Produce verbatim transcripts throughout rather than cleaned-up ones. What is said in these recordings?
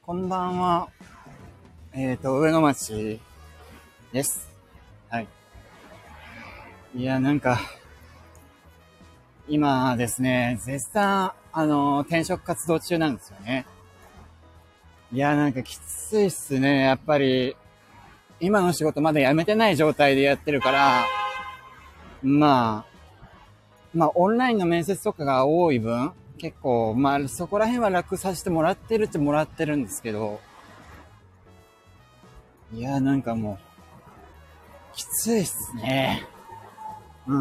こんばんは。えっと、上野町です。はい。いや、なんか、今ですね、絶賛、あの、転職活動中なんですよね。いや、なんかきついっすね。やっぱり、今の仕事まだ辞めてない状態でやってるから、まあ、まあ、オンラインの面接とかが多い分、結構、まあ、そこら辺は楽させてもらってるってもらってるんですけど、いや、なんかもう、きついっすね。うん。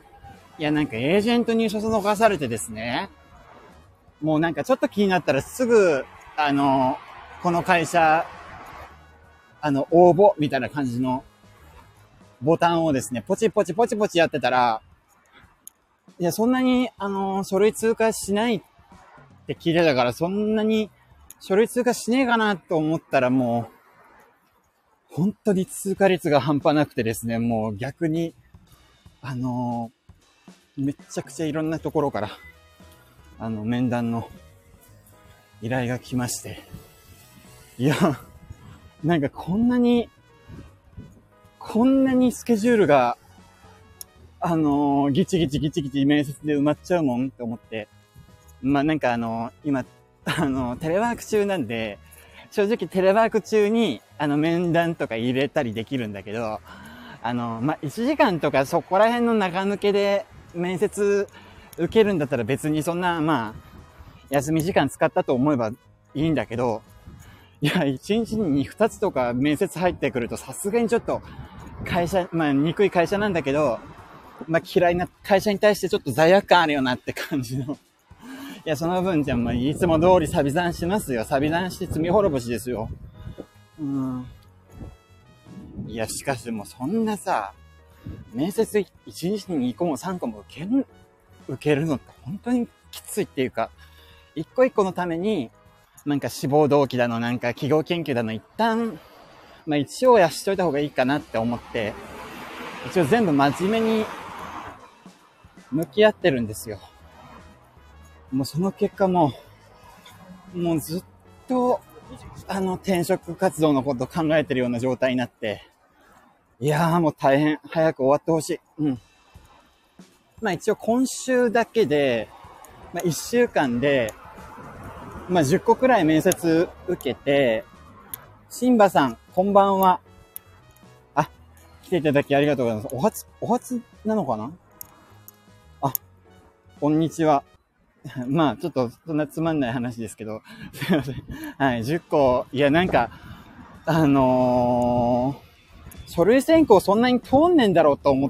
いや、なんかエージェントにそそのかされてですね、もうなんかちょっと気になったらすぐ、あの、この会社、あの、応募みたいな感じのボタンをですね、ポチポチポチポチやってたら、いや、そんなに、あの、書類通過しないって聞いてたから、そんなに書類通過しねえかなと思ったらもう、本当に通過率が半端なくてですね、もう逆に、あの、めっちゃくちゃいろんなところから、あの、面談の依頼が来まして、いや、なんかこんなに、こんなにスケジュールが、あのー、ギチギチギチギチ面接で埋まっちゃうもんって思って。まあ、なんかあのー、今、あのー、テレワーク中なんで、正直テレワーク中に、あの、面談とか入れたりできるんだけど、あのー、まあ、いちじかんとかそこら辺の中抜けで面接受けるんだったら別にそんな、まあ、休み時間使ったと思えばいいんだけど、いや、一日に二つとか面接入ってくるとさすがにちょっと会社、まあ憎い会社なんだけど、まあ嫌いな会社に対してちょっと罪悪感あるよなって感じの。いや、その分じゃまあいつも通りサビ残しますよ。サビ残して罪滅ぼしですよ。うん。いや、しかしもうそんなさ、面接一日ににこもさんこも受ける、受けるのって本当にきついっていうか、一個一個のために、なんか志望動機だの、なんか企業研究だの、一旦、まあ一応やしといた方がいいかなって思って、一応全部真面目に向き合ってるんですよ。もうその結果もう、もうずっと、あの、転職活動のことを考えてるような状態になって、いやーもう大変、早く終わってほしい。うん。まあ一応今週だけで、まあ一週間で、まあじゅっこくらい面接受けて、シンバさん、こんばんは。あ、来ていただきありがとうございます。お初、お初なのかなあ、こんにちは。まあ、ちょっと、そんなつまんない話ですけど、すいません。はい、じゅっこ、いや、なんか、あのー、書類選考そんなに通んねんだろうと思って、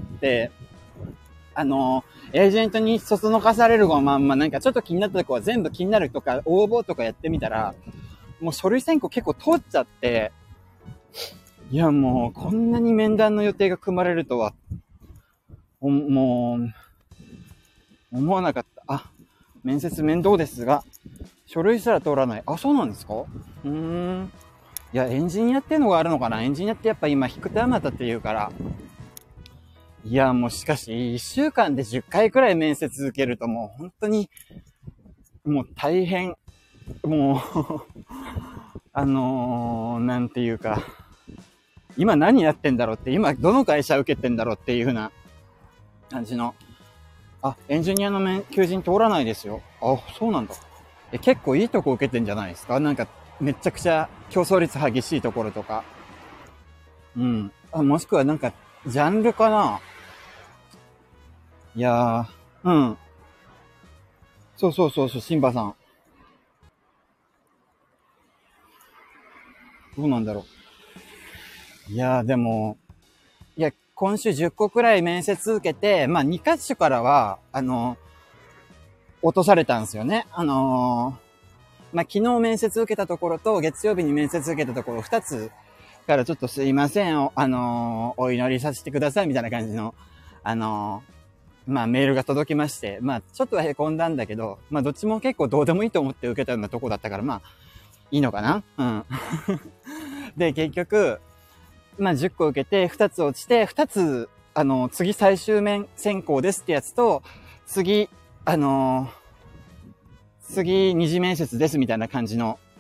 あのー、エージェントにそそのかされるがまんま、なんかちょっと気になったとこは全部気になるとか、応募とかやってみたら、もう書類選考結構通っちゃって、いや、もう、こんなに面談の予定が組まれるとは、もう、思わなかった。あ、面接面倒ですが、書類すら通らない。あ、そうなんですか？うーん。いや、エンジニアっていうのがあるのかな？エンジニアってやっぱ今、引く手あまたって言うから。いや、もうしかし、一週間でじゅっかいくらい面接受けるともう本当に、もう大変。もうあのー、なんていうか、今何やってんだろうって、今どの会社受けてんだろうっていう風な感じの。あ、エンジニアの面、求人通らないですよ。あ、そうなんだ。え、結構いいとこ受けてんじゃないですか？なんか、めちゃくちゃ競争率激しいところとか。うん。あ、もしくはなんか、ジャンルかな？いやー、うん。そうそうそうそう、シンバさん。どうなんだろう。いやー、でも、いや、今週じゅっこくらい面接受けて、まあ、にかしょからは、あの、落とされたんですよね。あのー、まあ、昨日面接受けたところと、月曜日に面接受けたところ、ふたつからちょっとすいません、あのー、お祈りさせてくださいみたいな感じの、あのー、まあメールが届きまして、まあちょっとは凹んだんだけど、まあどっちも結構どうでもいいと思って受けたようなとこだったから、まあいいのかな？うん。で、結局、まあじゅっこ受けてふたつ落ちて、ふたつ、あのー、次最終面選考ですってやつと、次、あのー、次二次面接ですみたいな感じの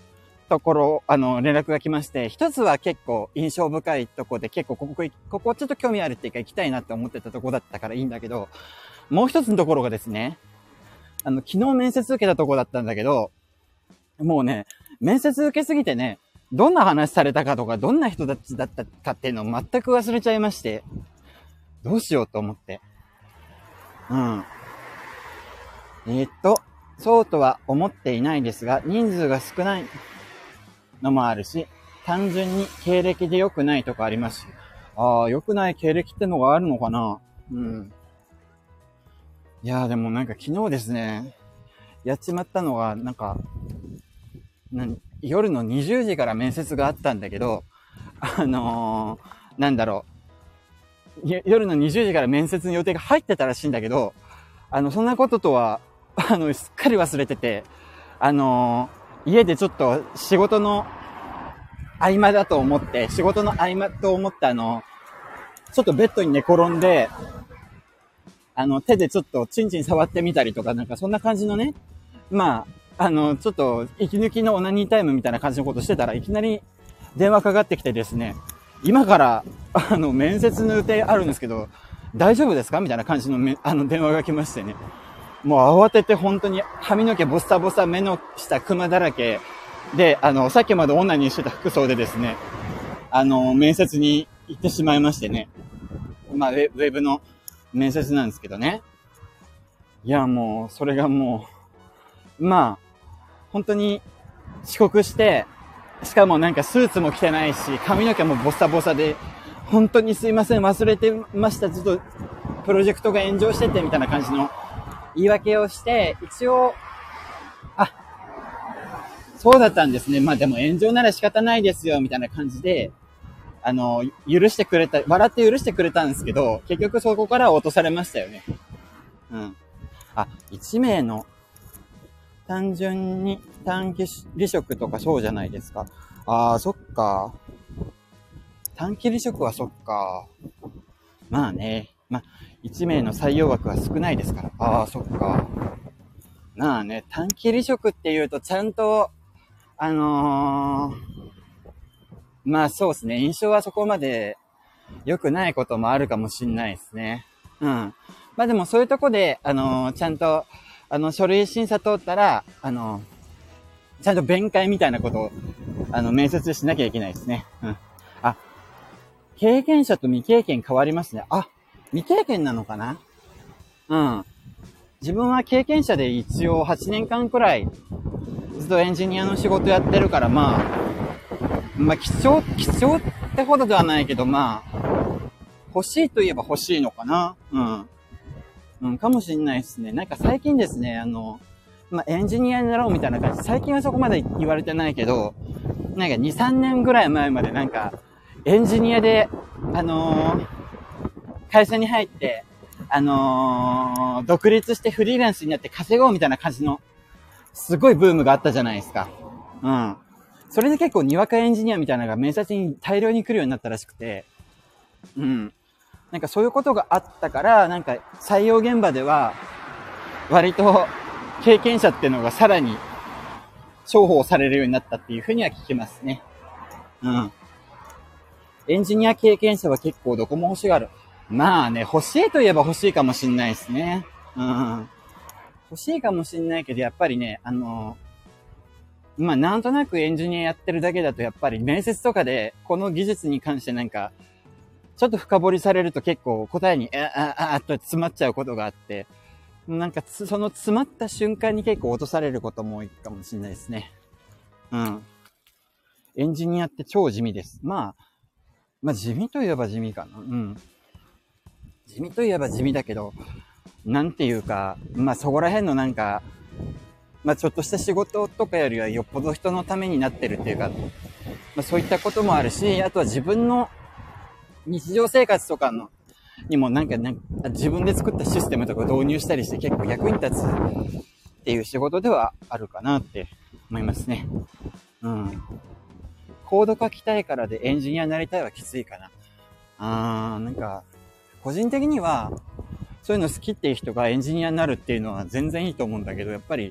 ところ、あの、連絡が来まして、一つは結構印象深いとこで、結構ここ、ここちょっと興味あるっていうか行きたいなって思ってたとこだったからいいんだけど、もう一つのところがですね、あの、昨日面接受けたとこだったんだけど、もうね、面接受けすぎてね、どんな話されたかとか、どんな人たちだったかっていうのを全く忘れちゃいまして、どうしようと思って。うん。えー、っと、そうとは思っていないですが、人数が少ないのもあるし、単純に経歴で良くないとかありますし。ああ、良くない経歴ってのがあるのかな。うん。いやーでもなんか昨日ですね、やっちまったのが、なんか、な夜のにじゅうじから面接があったんだけど、あのー、なんだろう。夜のにじゅうじから面接の予定が入ってたらしいんだけど、あの、そんなこととは、あの、すっかり忘れてて、あのー、家でちょっと仕事の合間だと思って、仕事の合間と思ってあの、ちょっとベッドに寝転んで、あの、手でちょっとチンチン触ってみたりとか、なんかそんな感じのね、まあ、あの、ちょっと息抜きのオナニータイムみたいな感じのことしてたらいきなり電話かかってきてですね、今から、あの、面接の予定あるんですけど、大丈夫ですかみたいな感じのめ、あの、電話が来ましてね。もう慌てて本当に髪の毛ボッサボサ、目の下クマだらけで、あの、さっきまでオナニーしてた服装でですね、あの、面接に行ってしまいましてね。まあ、ウェウェブの面接なんですけどね。いや、もう、それがもう、まあ、本当に遅刻して、しかもなんかスーツも着てないし、髪の毛もボッサボサで、本当にすいません、忘れてました。ちょっと、プロジェクトが炎上してて、みたいな感じの言い訳をして、一応、あ、そうだったんですね。まあでも炎上なら仕方ないですよ、みたいな感じで、あの、許してくれた、笑って許してくれたんですけど、結局そこからは落とされましたよね。うん。あ、一名の、単純に短期離職とかそうじゃないですか。ああ、そっか。短期離職はそっか。まあね。まあ、一名の採用枠は少ないですから。ああ、そっか。まあね、短期離職っていうとちゃんと、あのー、まあそうですね。印象はそこまで良くないこともあるかもしんないですね。うん。まあでもそういうとこで、あのー、ちゃんと、あの、書類審査通ったら、あのー、ちゃんと弁解みたいなことを、あの、面接しなきゃいけないですね。うん。あ、経験者と未経験変わりますね。あ、未経験なのかな？うん。自分は経験者で一応はちねんかんくらいずっとエンジニアの仕事やってるから、まあ、まあ貴重、貴重ってほどではないけど、まあ、欲しいといえば欲しいのかな。うん。うん、かもしんないですね。なんか最近ですね、あの、まあ、エンジニアになろうみたいな感じ。最近はそこまで言われてないけど、なんかに、さんねんぐらい前までなんか、エンジニアで、あのー、会社に入って、あのー、独立してフリーランスになって稼ごうみたいな感じの、すごいブームがあったじゃないですか。うん。それで結構にわかエンジニアみたいなのが面接に大量に来るようになったらしくて、うん。なんかそういうことがあったから、なんか採用現場では、割と経験者っていうのがさらに重宝されるようになったっていうふうには聞きますね。うん。エンジニア経験者は結構どこも欲しがる。まあね、欲しいといえば欲しいかもしんないですね。うん。欲しいかもしんないけど、やっぱりね、あのー、まあなんとなくエンジニアやってるだけだと、やっぱり面接とかで、この技術に関してなんか、ちょっと深掘りされると結構答えに、あ、あ、あ、と詰まっちゃうことがあって、なんかその詰まった瞬間に結構落とされることも多いかもしれないですね。うん。エンジニアって超地味です。まあ、まあ地味といえば地味かな。うん。地味といえば地味だけど、なんていうか、まあそこら辺のなんか、まあちょっとした仕事とかよりはよっぽど人のためになってるっていうか、まあそういったこともあるし、あとは自分の日常生活とかの、にもなんか、なんか自分で作ったシステムとか導入したりして結構役に立つっていう仕事ではあるかなって思いますね。うん。コード書きたいからでエンジニアになりたいはきついかな。あー、なんか、個人的には、そういうの好きっていう人がエンジニアになるっていうのは全然いいと思うんだけど、やっぱり、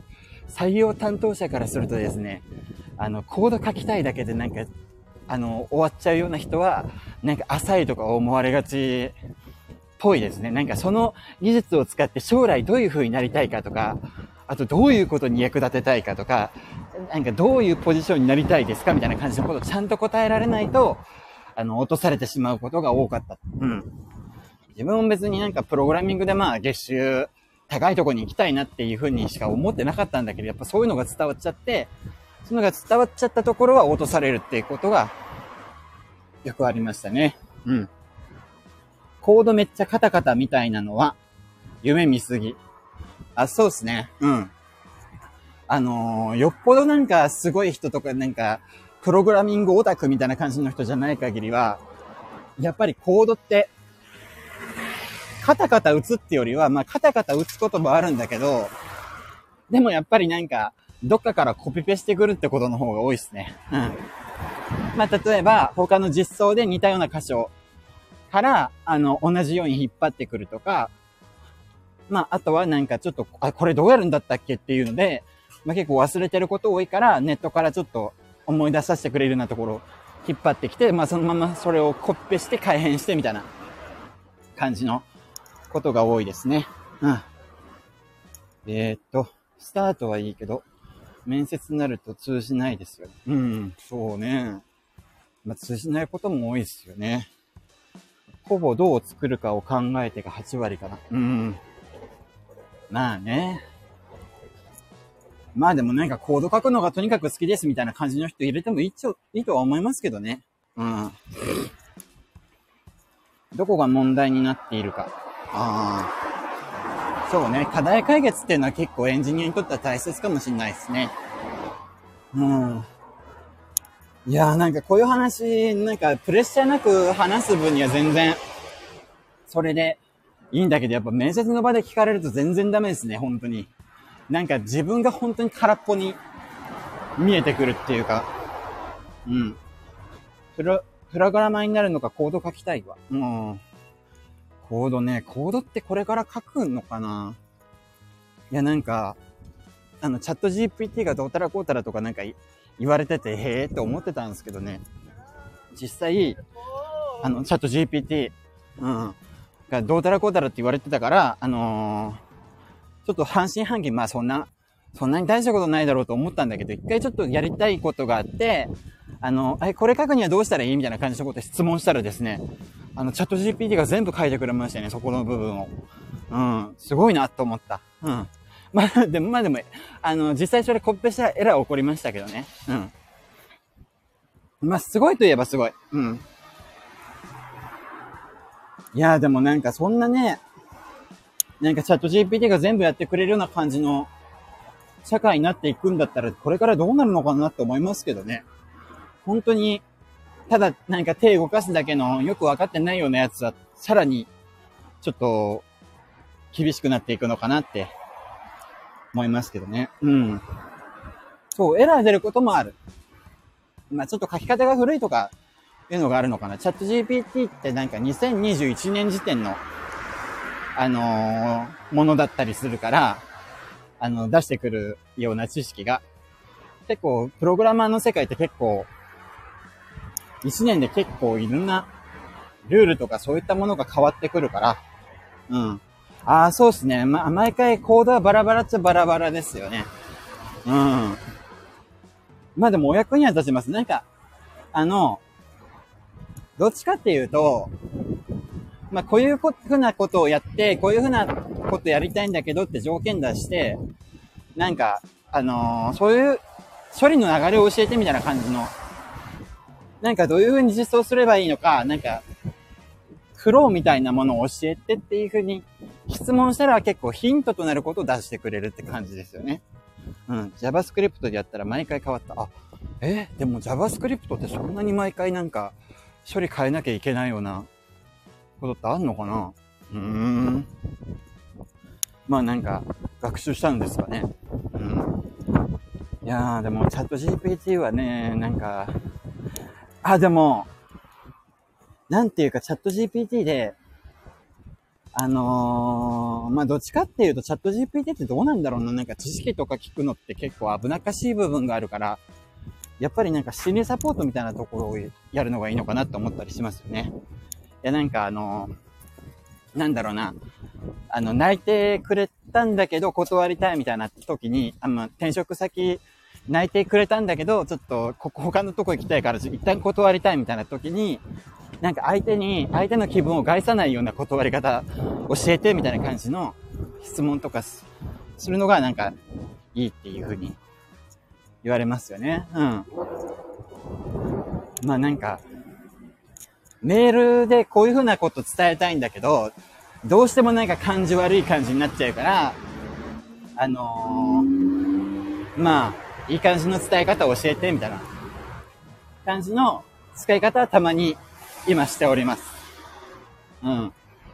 採用担当者からするとですね、あの、コード書きたいだけでなんか、あの、終わっちゃうような人は、なんか浅いとか思われがちっぽいですね。なんかその技術を使って将来どういう風になりたいかとか、あとどういうことに役立てたいかとか、なんかどういうポジションになりたいですかみたいな感じのことをちゃんと答えられないと、あの、落とされてしまうことが多かった。うん。自分も別になんかプログラミングでまあ月収高いところに行きたいなっていう風にしか思ってなかったんだけど、やっぱそういうのが伝わっちゃって、そのが伝わっちゃったところは落とされるっていうことがよくありましたね。うん。コードめっちゃカタカタみたいなのは夢見すぎ。あ、そうですね。うん。あのー、よっぽどなんかすごい人とかなんかプログラミングオタクみたいな感じの人じゃない限りは、やっぱりコードってカタカタ打つってよりは、まあカタカタ打つこともあるんだけど、でもやっぱりなんかどっかからコピペしてくるってことの方が多いですね。うん。まあ例えば他の実装で似たような箇所から、あの、同じように引っ張ってくるとか、まああとはなんかちょっと、あ、これどうやるんだったっけっていうので、まあ結構忘れてること多いから、ネットからちょっと思い出させてくれるようなところを引っ張ってきて、まあそのままそれをコピペして改変してみたいな感じのことが多いですね。うん。えー、っと、スタートはいいけど、面接になると通じないですよね。うん、そうね。まあ、通じないことも多いですよね。ほぼどう作るかを考えてがはち割かな。うん。まあね。まあでもなんかコード書くのがとにかく好きですみたいな感じの人入れてもいいと、いいとは思いますけどね。うん。どこが問題になっているか。ああ。そうね。課題解決っていうのは結構エンジニアにとっては大切かもしれないですね。うん。いやーなんかこういう話、なんかプレッシャーなく話す分には全然、それでいいんだけど、やっぱ面接の場で聞かれると全然ダメですね、本当に。なんか自分が本当に空っぽに見えてくるっていうか、うん。プロ、プログラマーになるのかコード書きたいわ。うん。コードね、コードってこれから書くのかないやなんか、あの、チャット ジーピーティー がどうたらこうたらとかなんか言われてて、へーって思ってたんですけどね。実際、あの、チャット ジーピーティー、うん。がどうたらこうたらって言われてたから、あのー、ちょっと半信半疑、まあそんな、そんなに大したことないだろうと思ったんだけど、一回ちょっとやりたいことがあって、あの、え、これ書くにはどうしたらいいみたいな感じのこと質問したらですね、あの、チャット ジーピーティー が全部書いてくれましたね、そこの部分を。うん、すごいなと思った。うん。まあ、でも、まあでも、あの、実際それコピペしたらエラー起こりましたけどね。うん。まあ、すごいといえばすごい。うん。いやーでもなんかそんなね、なんかチャット ジーピーティー が全部やってくれるような感じの社会になっていくんだったら、これからどうなるのかなって思いますけどね。本当に、ただなんか手動かすだけのよくわかってないようなやつは、さらに、ちょっと、厳しくなっていくのかなって思いますけどね。うん。そう、エラー出ることもある。まあちょっと書き方が古いとかいうのがあるのかな。チャット ジーピーティー ってなんかにせんにじゅういちねん時点の、あのー、ものだったりするから、あの、出してくるような知識が、結構、プログラマーの世界って結構、いちねんで結構いろんなルールとかそういったものが変わってくるから、うん。ああ、そうですね。ま、毎回コードはバラバラっちゃバラバラですよね。うん。まあでもお役には立ちます。なんか、あの、どっちかっていうと、まあこういうふうなことをやって、こういうふうなことやりたいんだけどって条件出して、なんか、あのー、そういう処理の流れを教えてみたいな感じの、なんかどういうふうに実装すればいいのか、なんか、フローみたいなものを教えてっていうふうに質問したら結構ヒントとなることを出してくれるって感じですよね。うん。JavaScript でやったら毎回変わった。あ、え、でも JavaScript ってそんなに毎回なんか処理変えなきゃいけないようなことってあんのかな？うーん。まあなんか学習したんですかね。うん。いやーでもチャット ジーピーティー はね、なんか、あ、でも、なんていうかチャット ジーピーティー で、 あのー、まあ、どっちかっていうとチャット ジーピーティー ってどうなんだろうな。なんか知識とか聞くのって結構危なっかしい部分があるから、やっぱりなんか心理サポートみたいなところをやるのがいいのかなって思ったりしますよね。いや、なんかあのー、なんだろうな。あの、泣いてくれたんだけど断りたいみたいな時に、あの、転職先泣いてくれたんだけど、ちょっとここ他のとこ行きたいから一旦断りたいみたいな時に、なんか相手に、相手の気分を害さないような断り方教えてみたいな感じの質問とかするのがなんかいいっていう風に言われますよね。うん。まあなんか、メールでこういう風なこと伝えたいんだけど、どうしてもなんか感じ悪い感じになっちゃうから、あのー、まあ、いい感じの伝え方を教えてみたいな感じの使い方はたまに今しております。うん。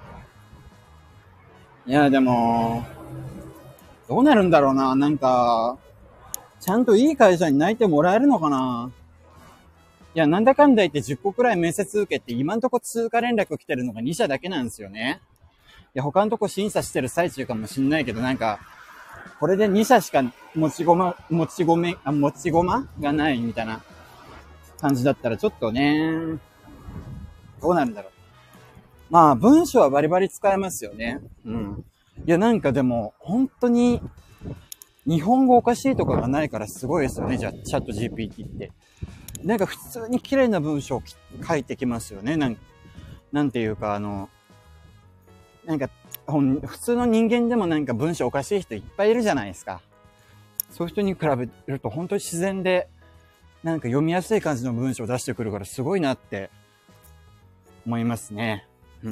いや、でも、どうなるんだろうな。なんか、ちゃんといい会社に泣いてもらえるのかな。いや、なんだかんだ言ってじゅっこくらい面接受けて、今んとこ通過連絡来てるのがに社だけなんですよね。いや、他のとこ審査してる最中かもしんないけど、なんか、これでに社しか持ちごま、持ちごめ、あ、持ちごまがないみたいな感じだったらちょっとね、どうなるんだろう。まあ、文章はバリバリ使えますよね。うん。いや、なんかでも、本当に、日本語おかしいとかがないからすごいですよね、じゃあ、チャット ジーピーティー って。なんか普通に綺麗な文章を書いてきますよね。なん、なんていうか、あの、なんか、普通の人間でもなんか文章おかしい人いっぱいいるじゃないですか。そういう人に比べると本当に自然で、なんか読みやすい感じの文章を出してくるからすごいなって思いますね。うん。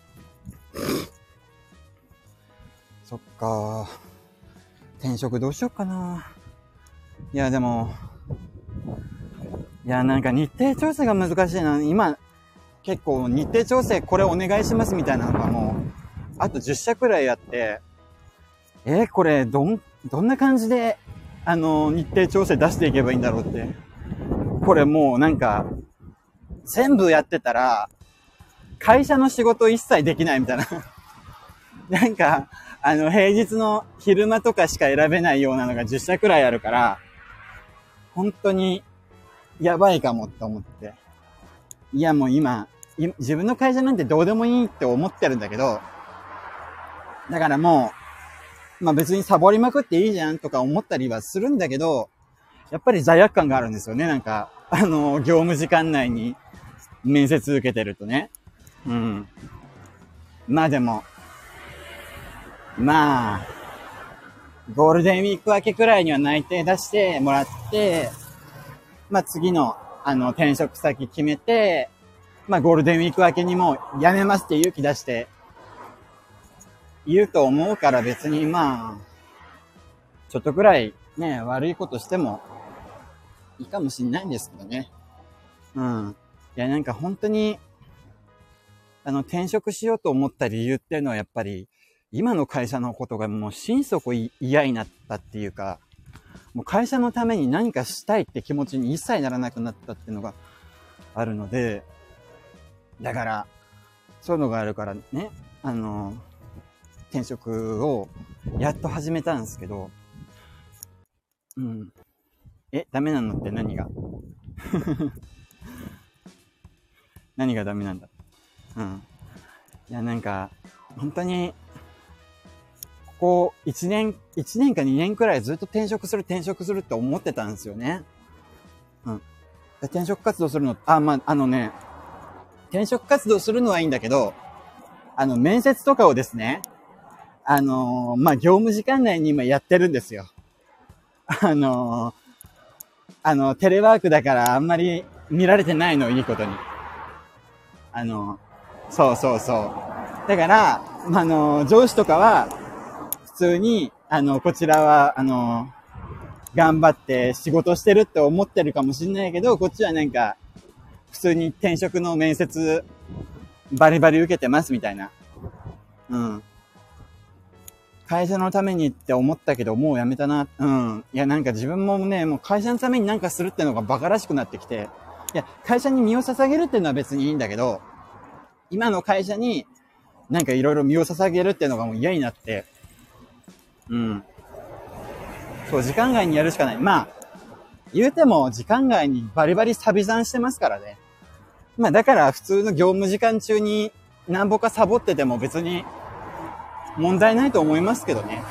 そっか。転職どうしようかな。いや、でも、いや、なんか日程調整が難しいな。今、結構日程調整これお願いしますみたいなのがもう、あとじゅっ社くらいあって、えー、これ、どん、どんな感じで、あの、日程調整出していけばいいんだろうって。これもうなんか、全部やってたら、会社の仕事一切できないみたいな。なんか、あの、平日の昼間とかしか選べないようなのがじゅっ社くらいあるから、本当に、やばいかもって思って。いやもう今、自分の会社なんてどうでもいいって思ってるんだけど、だからもう、まあ別にサボりまくっていいじゃんとか思ったりはするんだけど、やっぱり罪悪感があるんですよね。なんか、あの、業務時間内に面接受けてるとね。うん。まあでも、まあ、ゴールデンウィーク明けくらいには内定出してもらって、まあ次の、あの、転職先決めて、まあゴールデンウィーク明けにもう辞めますって勇気出して言うと思うから別にまあ、ちょっとくらいね、悪いことしてもいいかもしんないんですけどね。うん。いやなんか本当に、あの転職しようと思った理由っていうのはやっぱり、今の会社のことがもう心底嫌になったっていうか、もう会社のために何かしたいって気持ちに一切ならなくなったっていうのがあるので、だから、そういうのがあるからね、あの、転職をやっと始めたんですけど、うん。え、ダメなのって何が何がダメなんだ。うん。いや、なんか、本当に、ここいちねん、いちねんかにねんくらいずっと転職する転職するって思ってたんですよね。うん。転職活動するの、あ、まあ、あのね、転職活動するのはいいんだけど、あの、面接とかをですね、あのー、まあ、業務時間内に今やってるんですよ。あのー、あの、テレワークだからあんまり見られてないの、いいことに。あの、そうそうそう。だから、あの、上司とかは、普通に、あの、こちらは、あの、頑張って仕事してるって思ってるかもしれないけど、こっちはなんか、普通に転職の面接、バリバリ受けてますみたいな。うん。会社のためにって思ったけど、もうやめたな。うん。いや、なんか自分もね、もう会社のためになんかするってのがバカらしくなってきて、いや、会社に身を捧げるっていうのは別にいいんだけど、今の会社に、 なんかいろいろ身を捧げるっていうのがもう嫌になって、うん。そう、時間外にやるしかない。まあ、言うても時間外にバリバリサビ残してますからね。まあだから普通の業務時間中に何ぼかサボってても別に問題ないと思いますけどね。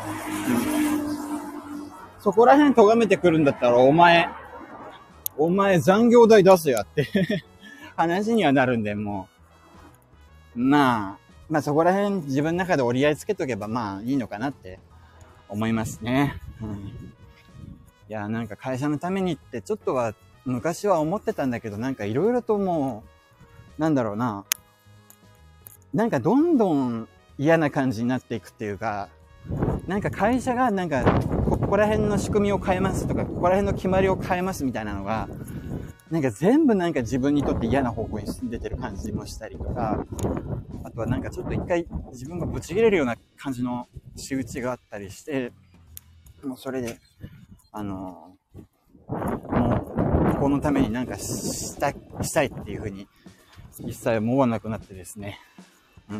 うん、そこら辺咎めてくるんだったらお前、お前残業代出せやって話にはなるんで、もう。まあ、まあそこら辺自分の中で折り合いつけとけばまあいいのかなって思いますね。うん、いや、なんか会社のためにってちょっとは昔は思ってたんだけど、なんかいろいろともう、なんだろうな。なんかどんどん嫌な感じになっていくっていうか、なんか会社がなんかここら辺の仕組みを変えますとか、ここら辺の決まりを変えますみたいなのが、なんか全部なんか自分にとって嫌な方向に進んでてる感じもしたりとか、あとはなんかちょっと一回自分がブチ切れるような感じの仕打ちがあったりして、もうそれで、あの、もうこのためになんかした、したいっていう風に一切思わなくなってですね。うん。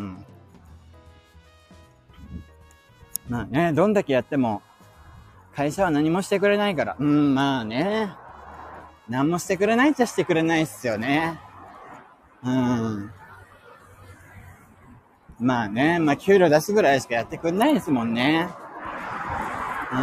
まあね、どんだけやっても、会社は何もしてくれないから。うん、まあね。何もしてくれないっちゃしてくれないっすよね。うん。まあね、まあ給料出すぐらいしかやってくんないですもんね。うん。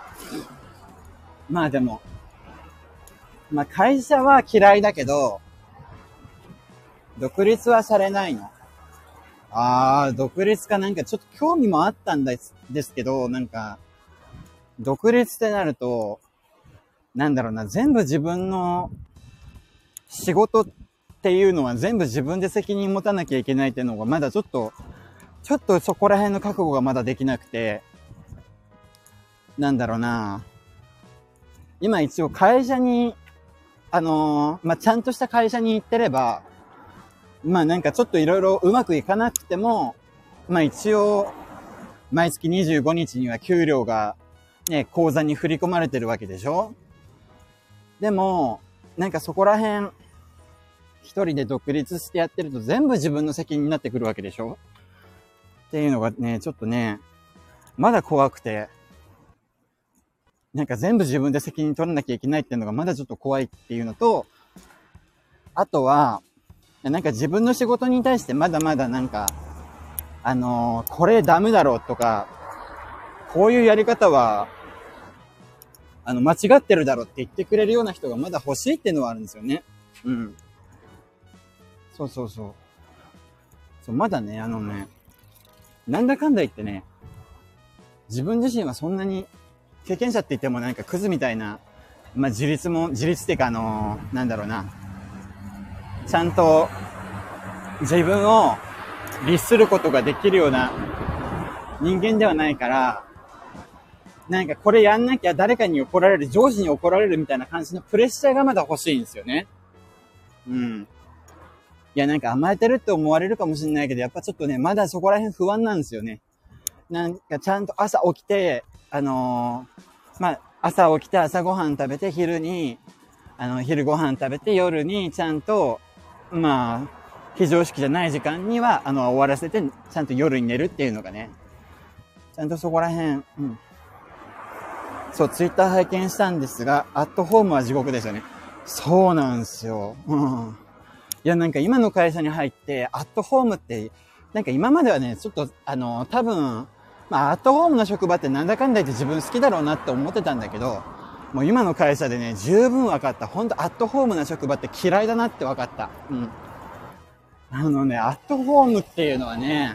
まあでも、まあ会社は嫌いだけど、独立はされないの。あー、独立かなんかちょっと興味もあったんです、ですけど、なんか、独立ってなると、なんだろうな、全部自分の仕事っていうのは全部自分で責任持たなきゃいけないっていうのがまだちょっと、ちょっとそこら辺の覚悟がまだできなくて、なんだろうな、今一応会社に、あのー、まあ、ちゃんとした会社に行ってれば、まあなんかちょっといろいろうまくいかなくても、まあ一応、毎月にじゅうごにちには給料がね、口座に振り込まれてるわけでしょ？でも、なんかそこら辺、一人で独立してやってると全部自分の責任になってくるわけでしょ？っていうのがね、ちょっとね、まだ怖くて、なんか全部自分で責任取らなきゃいけないっていうのがまだちょっと怖いっていうのと、あとは、なんか自分の仕事に対してまだまだなんか、あのー、これダメだろうとか、こういうやり方は、あの、間違ってるだろうって言ってくれるような人がまだ欲しいっていうのはあるんですよね。うん。そうそうそう。そう、まだね、あのね、なんだかんだ言ってね、自分自身はそんなに、経験者って言ってもなんかクズみたいな、まあ、自立も、自立っていうかあのー、なんだろうな、ちゃんと自分を律することができるような人間ではないから、なんかこれやんなきゃ誰かに怒られる、上司に怒られるみたいな感じのプレッシャーがまだ欲しいんですよね。うん。いやなんか甘えてるって思われるかもしれないけど、やっぱちょっとね、まだそこら辺不安なんですよね。なんかちゃんと朝起きて、あのー、まあ、朝起きて朝ごはん食べて昼に、あの、昼ごはん食べて夜にちゃんと、まあ、非常識じゃない時間には、あの、終わらせて、ちゃんと夜に寝るっていうのがね、ちゃんとそこら辺、うん。そう、ツイッター拝見したんですが、アットホームは地獄ですよね。そうなんですよ。うん。いや、なんか今の会社に入って、アットホームって、なんか今まではね、ちょっと、あの、多分、まあ、アットホームの職場ってなんだかんだ言って自分好きだろうなって思ってたんだけど、もう今の会社でね、十分分かった。ほんと、アットホームな職場って嫌いだなって分かった。うん。あのね、アットホームっていうのはね、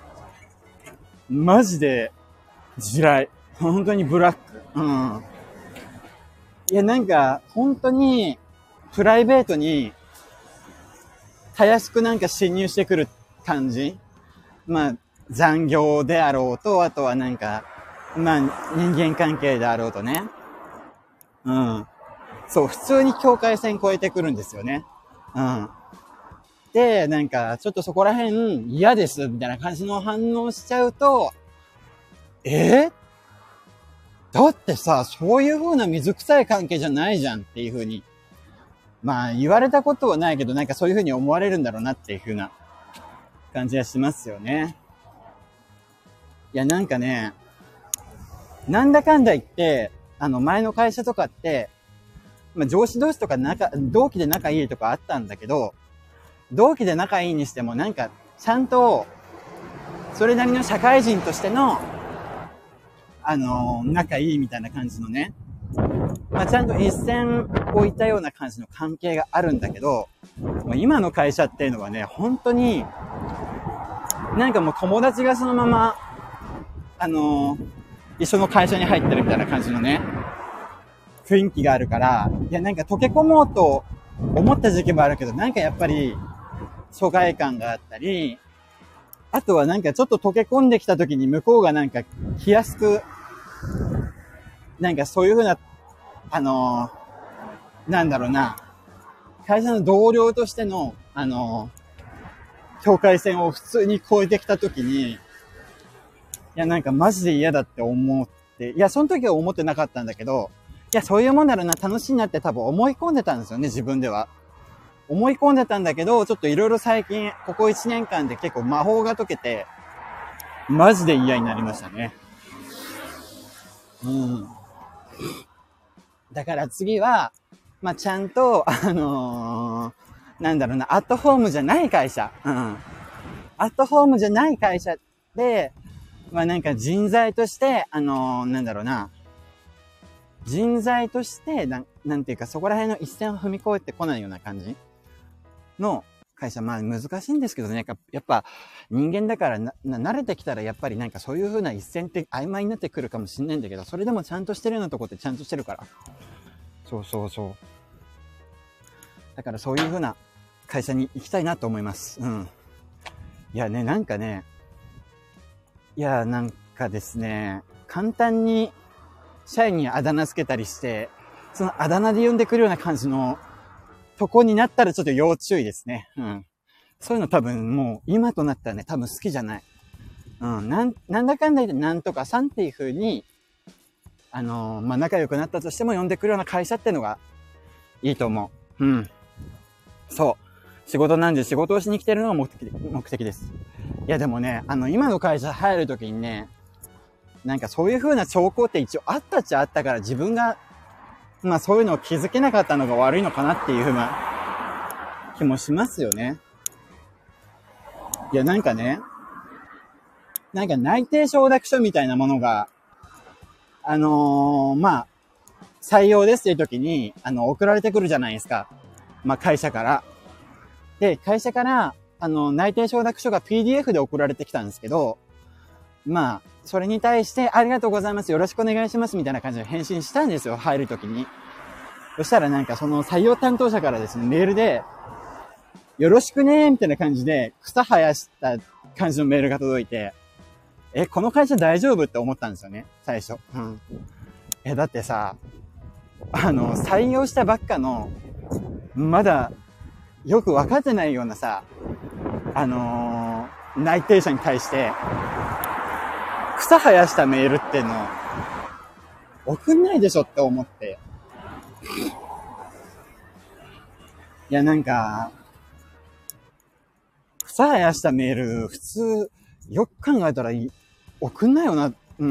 マジで、地雷。本当にブラック。うん。いや、なんか、本当に、プライベートに、たやすくなんか侵入してくる感じ。まあ、残業であろうと、あとはなんか、まあ、人間関係であろうとね。うん。そう、普通に境界線越えてくるんですよね。うん。で、なんか、ちょっとそこら辺嫌です、みたいな感じの反応しちゃうと、えー、だってさ、そういう風な水臭い関係じゃないじゃんっていう風に。まあ、言われたことはないけど、なんかそういう風に思われるんだろうなっていう風な感じがしますよね。いや、なんかね、なんだかんだ言って、あの、前の会社とかって、まあ、上司同士とか仲、同期で仲いいとかあったんだけど、同期で仲いいにしてもなんか、ちゃんと、それなりの社会人としての、あのー、仲いいみたいな感じのね、まあ、ちゃんと一線置いたような感じの関係があるんだけど、もう今の会社っていうのはね、本当に、なんかもう友達がそのまま、あのー、一緒の会社に入ってるみたいな感じのね、雰囲気があるから、いやなんか溶け込もうと思った時期もあるけど、なんかやっぱり、疎外感があったり、あとはなんかちょっと溶け込んできた時に向こうがなんか気安く、なんかそういう風な、あのー、なんだろうな、会社の同僚としての、あのー、境界線を普通に越えてきた時に、いやなんかマジで嫌だって思って、いやその時は思ってなかったんだけど、いやそういうもんだろうな、楽しいなって多分思い込んでたんですよね、自分では。思い込んでたんだけど、ちょっといろいろ最近、ここいちねんかんで結構魔法が解けて、マジで嫌になりましたね。うん。だから次は、まあ、ちゃんと、あのー、なんだろうな、アットホームじゃない会社。うん。アットホームじゃない会社で、まあ、なんか人材として、あのー、なんだろうな、人材として、な、なんていうか、そこら辺の一線を踏み越えてこないような感じの会社。まあ難しいんですけどね、やっぱ人間だからな、慣れてきたらやっぱりなんかそういう風な一線って曖昧になってくるかもしんないんだけど、それでもちゃんとしてるようなとこってちゃんとしてるから。そうそうそう。だからそういう風な会社に行きたいなと思います。うん。いやね、なんかね、いや、なんかですね、簡単に社員にあだ名つけたりして、そのあだ名で呼んでくるような感じのとこになったらちょっと要注意ですね。うん。そういうの多分もう今となったらね、多分好きじゃない。うん。なん、なんだかんだ言ってなんとかさんっていう風に、あのー、まあ、仲良くなったとしても呼んでくるような会社ってのがいいと思う。うん。そう。仕事なんで仕事をしに来てるのが目的、目的です。いやでもね、あの、今の会社入るときにね、なんかそういう風な兆候って一応あったっちゃあったから自分が、まあそういうのを気づけなかったのが悪いのかなっていう風な気もしますよね。いやなんかね、なんか内定承諾書みたいなものが、あのー、まあ、採用ですっていう時に、あの、送られてくるじゃないですか。まあ会社から。で、会社から、あの、内定承諾書が ピーディーエフ で送られてきたんですけど、まあ、それに対して、ありがとうございます、よろしくお願いします、みたいな感じで返信したんですよ、入るときに。そしたらなんかその採用担当者からですね、メールで、よろしくねー、みたいな感じで、草生やした感じのメールが届いて、え、この会社大丈夫って思ったんですよね、最初。うん。え、だってさ、あの、採用したばっかの、まだ、よくわかってないようなさ、あのー、内定者に対して、草生やしたメールっての、送んないでしょって思って。いや、なんか、草生やしたメール、普通、よく考えたら、送んないよな、うん、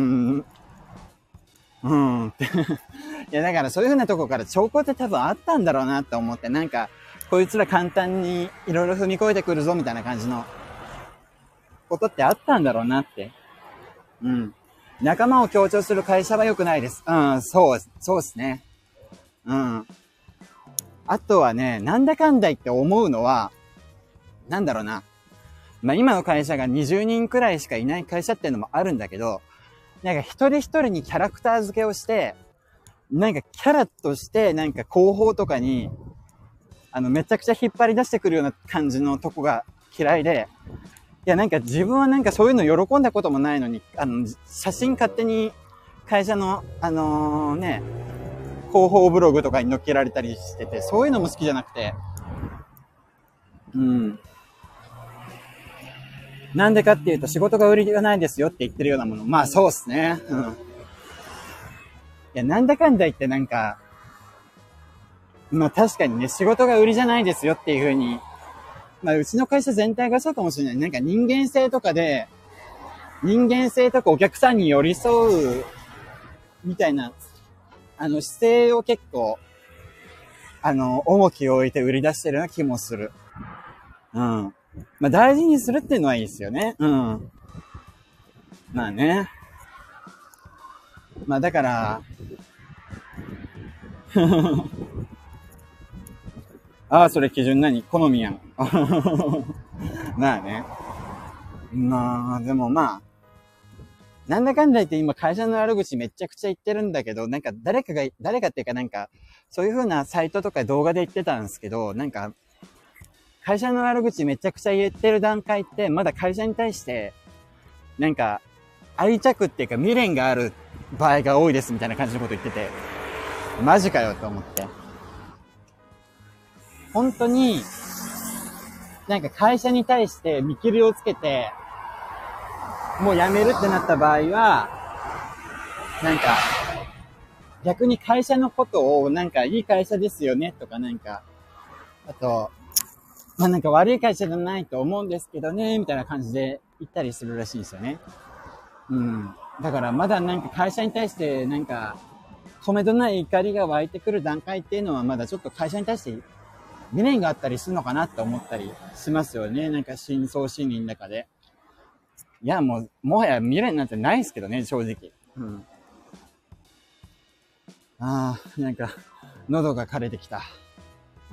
うんって。いや、だからそういう風なとこから兆候って多分あったんだろうなって思って、なんか、こいつら簡単にいろいろ踏み越えてくるぞみたいな感じのことってあったんだろうなって。うん。仲間を強調する会社は良くないです。うん、そう、そうですね。うん。あとはね、なんだかんだ言って思うのは、なんだろうな。まあ、今の会社がにじゅうにんくらいしかいない会社っていうのもあるんだけど、なんか一人一人にキャラクター付けをして、なんかキャラとしてなんか広報とかに、あの、めちゃくちゃ引っ張り出してくるような感じのとこが嫌いで、いやなんか自分はなんかそういうの喜んだこともないのに、あの、写真勝手に会社の、あのー、ね、広報ブログとかに載っけられたりしてて、そういうのも好きじゃなくて、うん。なんでかっていうと仕事が売りがないですよって言ってるようなもの。まあそうっすね。うん。いや、なんだかんだ言ってなんか、まあ確かにね、仕事が売りじゃないですよっていう風にまあ、うちの会社全体がそうかもしれない。なんか人間性とかで、人間性とかお客さんに寄り添う、みたいな、あの、姿勢を結構、あの、重きを置いて売り出してるような気もする。うん。まあ、大事にするっていうのはいいですよね。うん。まあね。まあ、だから、ああ、それ基準何？好みやん。まあね。まあ、でもまあ、なんだかんだ言って今会社の悪口めちゃくちゃ言ってるんだけど、なんか誰かが、誰かっていうかなんか、そういう風なサイトとか動画で言ってたんですけど、なんか、会社の悪口めちゃくちゃ言ってる段階って、まだ会社に対して、なんか、愛着っていうか未練がある場合が多いですみたいな感じのこと言ってて、マジかよと思って。本当に、なんか会社に対して見切りをつけて、もう辞めるってなった場合は、なんか、逆に会社のことを、なんかいい会社ですよねとかなんか、あと、まあなんか悪い会社じゃないと思うんですけどね、みたいな感じで言ったりするらしいんですよね。うん。だからまだなんか会社に対してなんか、止めどない怒りが湧いてくる段階っていうのはまだちょっと会社に対して未練があったりするのかなって思ったりしますよね。なんか深層心理の中で。いや、もう、もはや未練なんてないですけどね、正直。うん。ああ、なんか、喉が枯れてきた。うん。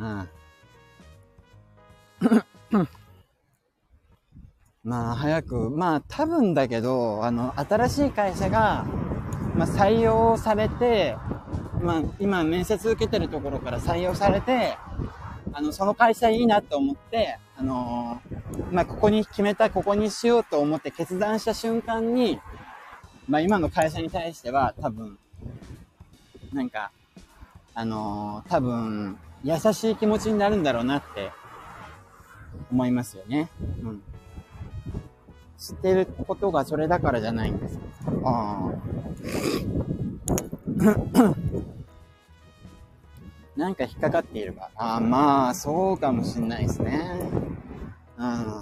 まあ、早く、まあ、多分だけど、あの、新しい会社が、まあ、採用されて、まあ、今、面接受けてるところから採用されて、あの、その会社いいなと思って、あのー、まあ、ここに決めた、ここにしようと思って決断した瞬間に、まあ、今の会社に対しては、多分、なんか、あのー、多分、優しい気持ちになるんだろうなって思いますよね。うん。知ってることがそれだからじゃないんです。ああ。なんか引っかかっているか。ああ、まあ、そうかもしんないですね。うん。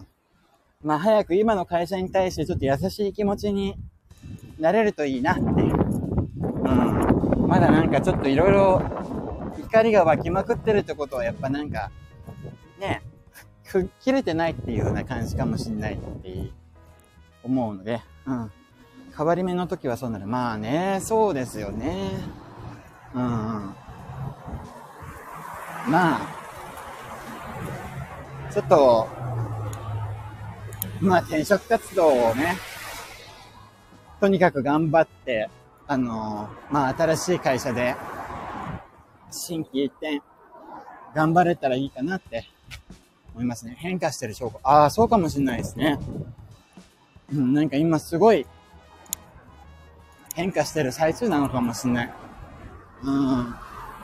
まあ、早く今の会社に対してちょっと優しい気持ちになれるといいなって。うん。まだなんかちょっといろいろ怒りが湧きまくってるってことはやっぱなんか、ね、吹っ切れてないっていう風な感じかもしんないって思うので、うん。変わり目の時はそうなる。まあね、そうですよね。うん、うん。まあ、ちょっと、まあ転職活動をね、とにかく頑張って、あのー、まあ新しい会社で、心機一転、頑張れたらいいかなって思いますね。変化してる証拠。ああ、そうかもしれないですね。うん、なんか今すごい、変化してる最中なのかもしれない。うん。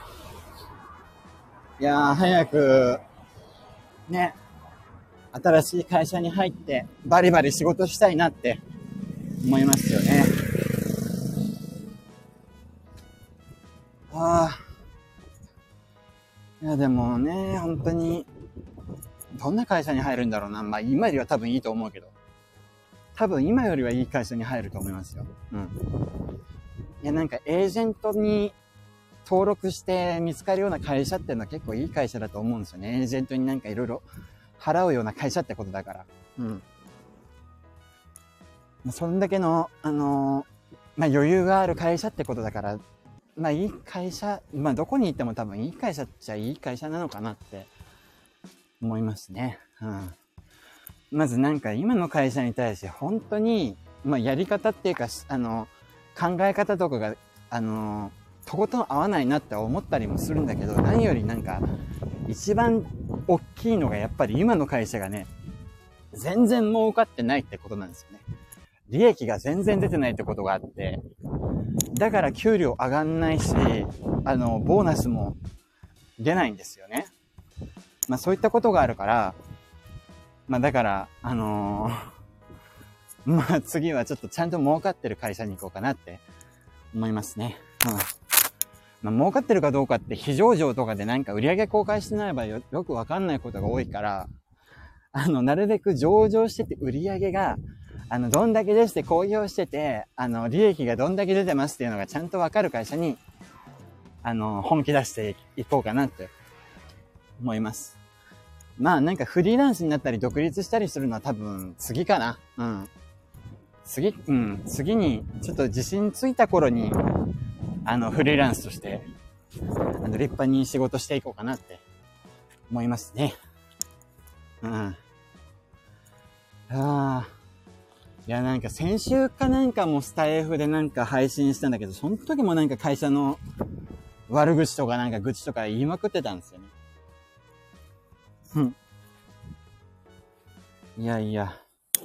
いやー、早く、ね、新しい会社に入って、バリバリ仕事したいなって思いますよね。ああ。いや、でもね、本当に、どんな会社に入るんだろうな。まあ、今よりは多分いいと思うけど。多分今よりはいい会社に入ると思いますよ。うん。いや、なんかエージェントに登録して見つかるような会社っていうのは結構いい会社だと思うんですよね。エージェントになんかいろいろ払うような会社ってことだから。うん。そんだけの、あのー、まあ余裕がある会社ってことだから、まあいい会社、まあどこに行っても多分いい会社っちゃいい会社なのかなって思いますね。うん。まずなんか今の会社に対して本当に、まあやり方っていうか、あの、考え方とかが、あの、とことん合わないなって思ったりもするんだけど、何よりなんか、一番大きいのがやっぱり今の会社がね、全然儲かってないってことなんですよね。利益が全然出てないってことがあって、だから給料上がんないし、あの、ボーナスも出ないんですよね。まあそういったことがあるから、まあだから、あのー、まあ次はちょっとちゃんと儲かってる会社に行こうかなって思いますね。うん。まあ儲かってるかどうかって非上場とかでなんか売上公開してない場合よ、よくわかんないことが多いから、 あの、なるべく上場してて売り上げが、あの、どんだけですって公表してて、あの、利益がどんだけ出てますっていうのがちゃんとわかる会社に、あの、本気出していこうかなって思います。まあなんかフリーランスになったり独立したりするのは多分次かな。うん。次、うん。次にちょっと自信ついた頃に、あの、フリーランスとして、あの、立派に仕事していこうかなって思いますね。うん。ああ。いや、なんか先週かなんかもスタイフでなんか配信したんだけど、その時もなんか会社の悪口とかなんか愚痴とか言いまくってたんですよね。うん。いやいや。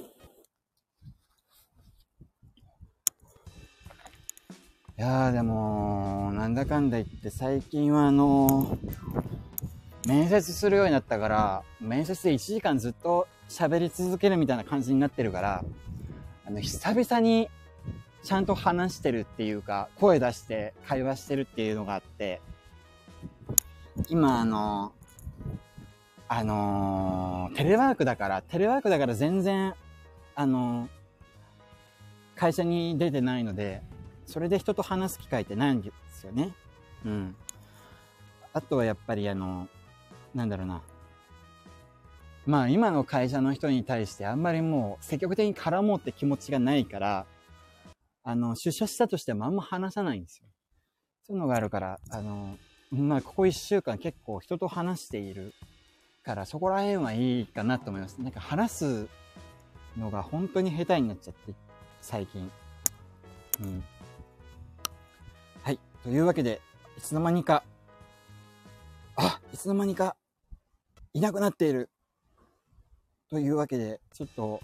いやーでも、なんだかんだ言って最近はあのー、面接するようになったから、面接でいちじかんずっと喋り続けるみたいな感じになってるから、あの、久々にちゃんと話してるっていうか、声出して会話してるっていうのがあって、今あのー、あのー、テレワークだから、テレワークだから全然、あのー、会社に出てないので、それで人と話す機会ってないんですよね。うん。あとはやっぱりあの、なんだろうな。まあ今の会社の人に対してあんまりもう積極的に絡もうって気持ちがないから、あの、出社したとしてもあんま話さないんですよ。そういうのがあるから、あの、まあここ一週間結構人と話しているから、そこら辺はいいかなと思います。なんか話すのが本当に下手になっちゃって、最近。うん。はい。というわけで、いつの間にか、あ、いつの間にか、いなくなっている。というわけで、ちょっと、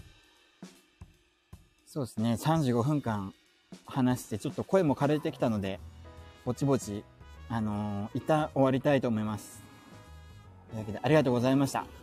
そうですね、さんじゅうごふんかん話して、ちょっと声も枯れてきたので、ぼちぼち、あのー、一旦終わりたいと思います。というわけで、ありがとうございました。